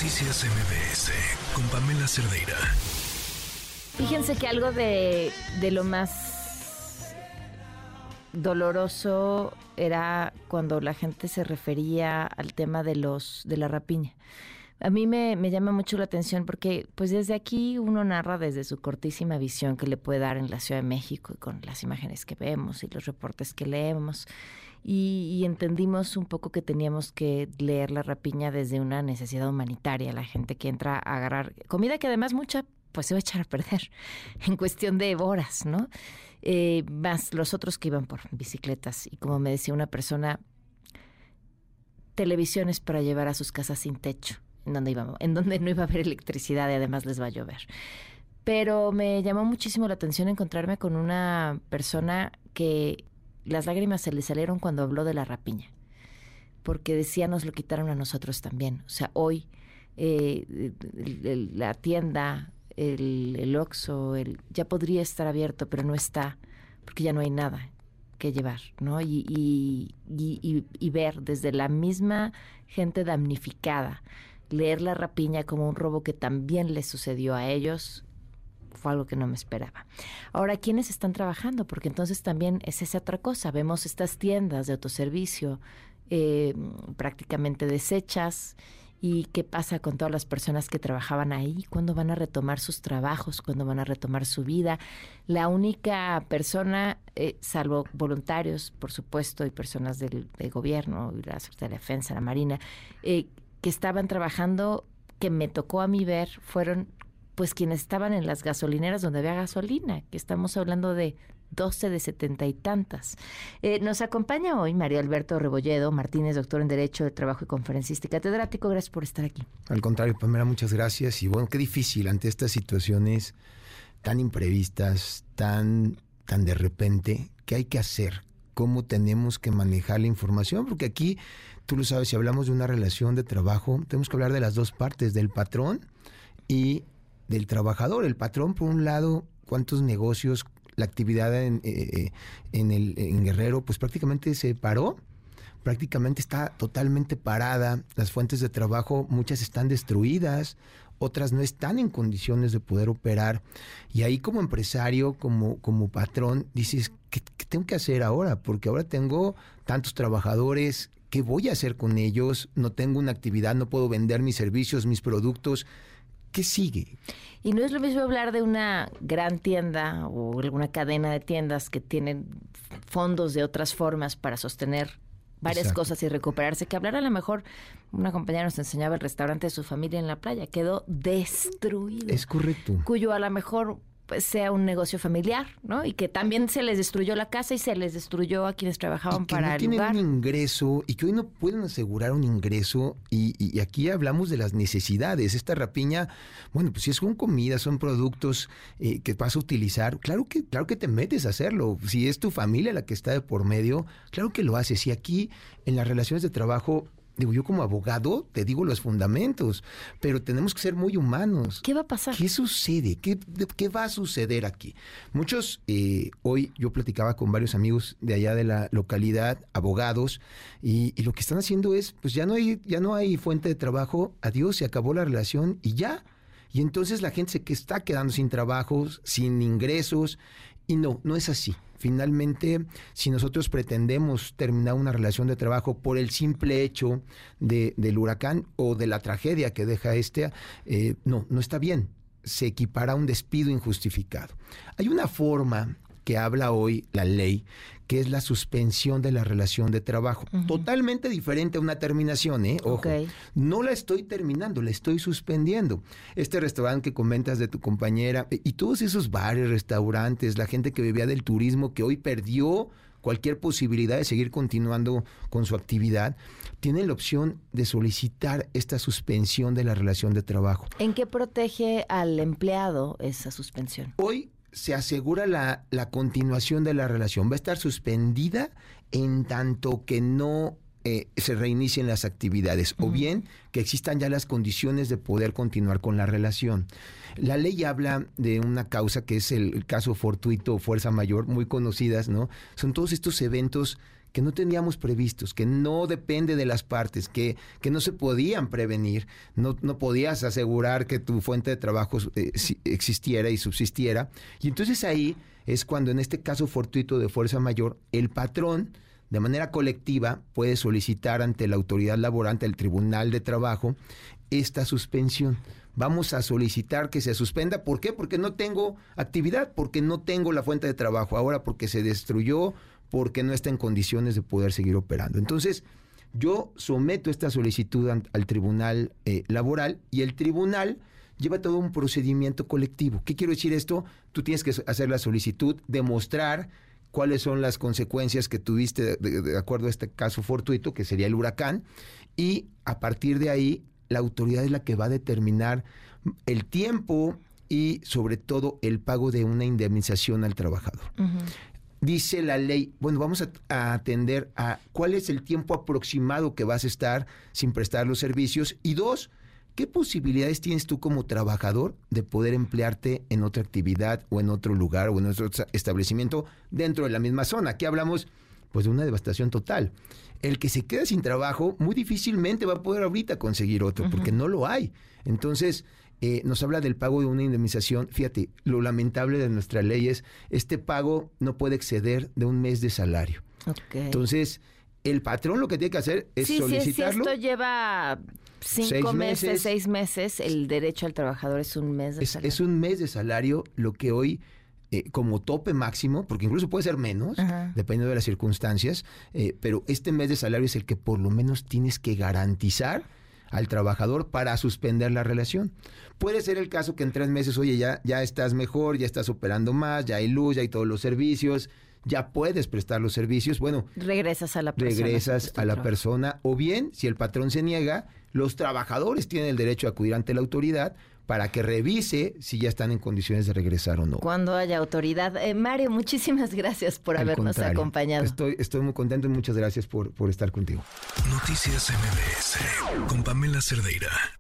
Noticias MBS con Pamela Cerdeira. Fíjense que algo de lo más doloroso era cuando la gente se refería al tema de la rapiña. A mí me llama mucho la atención porque pues desde aquí uno narra desde su cortísima visión que le puede dar en la Ciudad de México y con las imágenes que vemos y los reportes que leemos. Y entendimos un poco que teníamos que leer la rapiña desde una necesidad humanitaria. La gente que entra a agarrar comida que además mucha pues se va a echar a perder en cuestión de horas, ¿no? Más los otros que iban por bicicletas. Y como me decía una persona, televisiones para llevar a sus casas sin techo, en donde no iba a haber electricidad y además les va a llover. Pero me llamó muchísimo la atención encontrarme con una persona que las lágrimas se le salieron cuando habló de la rapiña, porque decía, nos lo quitaron a nosotros también. O sea, hoy la tienda, el Oxxo, ya podría estar abierto, pero no está, porque ya no hay nada que llevar, ¿no? Y ver desde la misma gente damnificada, leer la rapiña como un robo que también les sucedió a ellos, fue algo que no me esperaba. Ahora, ¿quiénes están trabajando? Porque entonces también es esa otra cosa. Vemos estas tiendas de autoservicio prácticamente deshechas. ¿Y qué pasa con todas las personas que trabajaban ahí? ¿Cuándo van a retomar sus trabajos? ¿Cuándo van a retomar su vida? La única persona, salvo voluntarios, por supuesto, y personas del gobierno, la Secretaría de Defensa, la Marina, que estaban trabajando, que me tocó a mí ver, fueron pues quienes estaban en las gasolineras donde había gasolina, que estamos hablando de 12 de 70 y tantas. Nos acompaña hoy Mario Alberto Rebolledo Martínez, doctor en Derecho de Trabajo y conferencista y catedrático. Gracias por estar aquí. Al contrario, Pamela, muchas gracias. Y bueno, qué difícil ante estas situaciones tan imprevistas, tan de repente, ¿qué hay que hacer? ¿Cómo tenemos que manejar la información? Porque aquí, tú lo sabes, si hablamos de una relación de trabajo, tenemos que hablar de las dos partes, del patrón y del trabajador. El patrón, por un lado, cuántos negocios, la actividad en Guerrero, pues prácticamente se paró, prácticamente está totalmente parada, las fuentes de trabajo, muchas están destruidas, otras no están en condiciones de poder operar, y ahí como empresario, como patrón, dices, ¿qué tengo que hacer ahora? Porque ahora tengo tantos trabajadores, ¿qué voy a hacer con ellos? No tengo una actividad, no puedo vender mis servicios, mis productos. ¿Qué sigue? Y no es lo mismo hablar de una gran tienda o alguna cadena de tiendas que tienen fondos de otras formas para sostener varias cosas y recuperarse, que hablar a lo mejor, una compañera nos enseñaba el restaurante de su familia en la playa, quedó destruido. Es correcto. Cuyo a lo mejor pues sea un negocio familiar, ¿no? Y que también se les destruyó la casa y se les destruyó a quienes trabajaban para el lugar. Y que no tienen un ingreso y que hoy no pueden asegurar un ingreso y aquí hablamos de las necesidades. Esta rapiña, bueno, pues si son comida, son productos que vas a utilizar, claro que te metes a hacerlo. Si es tu familia la que está de por medio, claro que lo haces. Y aquí en las relaciones de trabajo, digo, yo como abogado te digo los fundamentos, pero tenemos que ser muy humanos. ¿Qué va a pasar? ¿Qué sucede? ¿Qué va a suceder aquí? Muchos, hoy yo platicaba con varios amigos de allá de la localidad, abogados, y lo que están haciendo es, pues ya no hay fuente de trabajo, adiós, se acabó la relación y ya. Y entonces la gente que está quedando sin trabajos, sin ingresos, y no es así. Finalmente, si nosotros pretendemos terminar una relación de trabajo por el simple hecho del huracán o de la tragedia que deja no está bien. Se equipara a un despido injustificado. Hay una forma que habla hoy la ley, que es la suspensión de la relación de trabajo. Uh-huh. Totalmente diferente a una terminación, Ojo, okay. No la estoy terminando, la estoy suspendiendo. Este restaurante que comentas de tu compañera y todos esos bares, restaurantes, la gente que vivía del turismo, que hoy perdió cualquier posibilidad de seguir continuando con su actividad, tienen la opción de solicitar esta suspensión de la relación de trabajo. ¿En qué protege al empleado esa suspensión? Hoy se asegura la continuación de la relación. Va a estar suspendida en tanto que no se reinicien las actividades, o bien que existan ya las condiciones de poder continuar con la relación. La ley habla de una causa que es el caso fortuito o fuerza mayor, muy conocidas, ¿no? Son todos estos eventos que no teníamos previstos, que no depende de las partes, que no se podían prevenir, no podías asegurar que tu fuente de trabajo existiera y subsistiera. Y entonces ahí es cuando, en este caso fortuito de fuerza mayor, el patrón, de manera colectiva, puede solicitar ante la autoridad laboral, ante el Tribunal de Trabajo, esta suspensión. Vamos a solicitar que se suspenda. ¿Por qué? Porque no tengo actividad, porque no tengo la fuente de trabajo. Ahora porque se destruyó, porque no está en condiciones de poder seguir operando. Entonces, yo someto esta solicitud al Tribunal Laboral, y el tribunal lleva todo un procedimiento colectivo. ¿Qué quiero decir esto? Tú tienes que hacer la solicitud, demostrar cuáles son las consecuencias que tuviste de acuerdo a este caso fortuito, que sería el huracán, y a partir de ahí la autoridad es la que va a determinar el tiempo y sobre todo el pago de una indemnización al trabajador. Uh-huh. Dice la ley, bueno, vamos a atender a cuál es el tiempo aproximado que vas a estar sin prestar los servicios, y 2, ¿qué posibilidades tienes tú como trabajador de poder emplearte en otra actividad o en otro lugar o en otro establecimiento dentro de la misma zona? Aquí hablamos pues de una devastación total. El que se queda sin trabajo muy difícilmente va a poder ahorita conseguir otro, uh-huh, porque no lo hay. Entonces, nos habla del pago de una indemnización. Fíjate, lo lamentable de nuestra ley es este pago no puede exceder de un mes de salario. Okay. Entonces, el patrón lo que tiene que hacer es solicitarlo. Si esto lleva 5 meses, 6 meses, el derecho al trabajador es un mes de salario. Es un mes de salario, lo que hoy, como tope máximo, porque incluso puede ser menos, uh-huh, dependiendo de las circunstancias, pero este mes de salario es el que por lo menos tienes que garantizar al trabajador para suspender la relación. Puede ser el caso que en 3 meses, oye, ya estás mejor, ya estás operando más, ya hay luz, ya hay todos los servicios, ya puedes prestar los servicios. Bueno, regresas a la persona, o bien, si el patrón se niega, los trabajadores tienen el derecho a acudir ante la autoridad para que revise si ya están en condiciones de regresar o no. Cuando haya autoridad. Mario, muchísimas gracias por habernos acompañado. Estoy muy contento y muchas gracias por estar contigo. Noticias MBS con Pamela Cerdeira.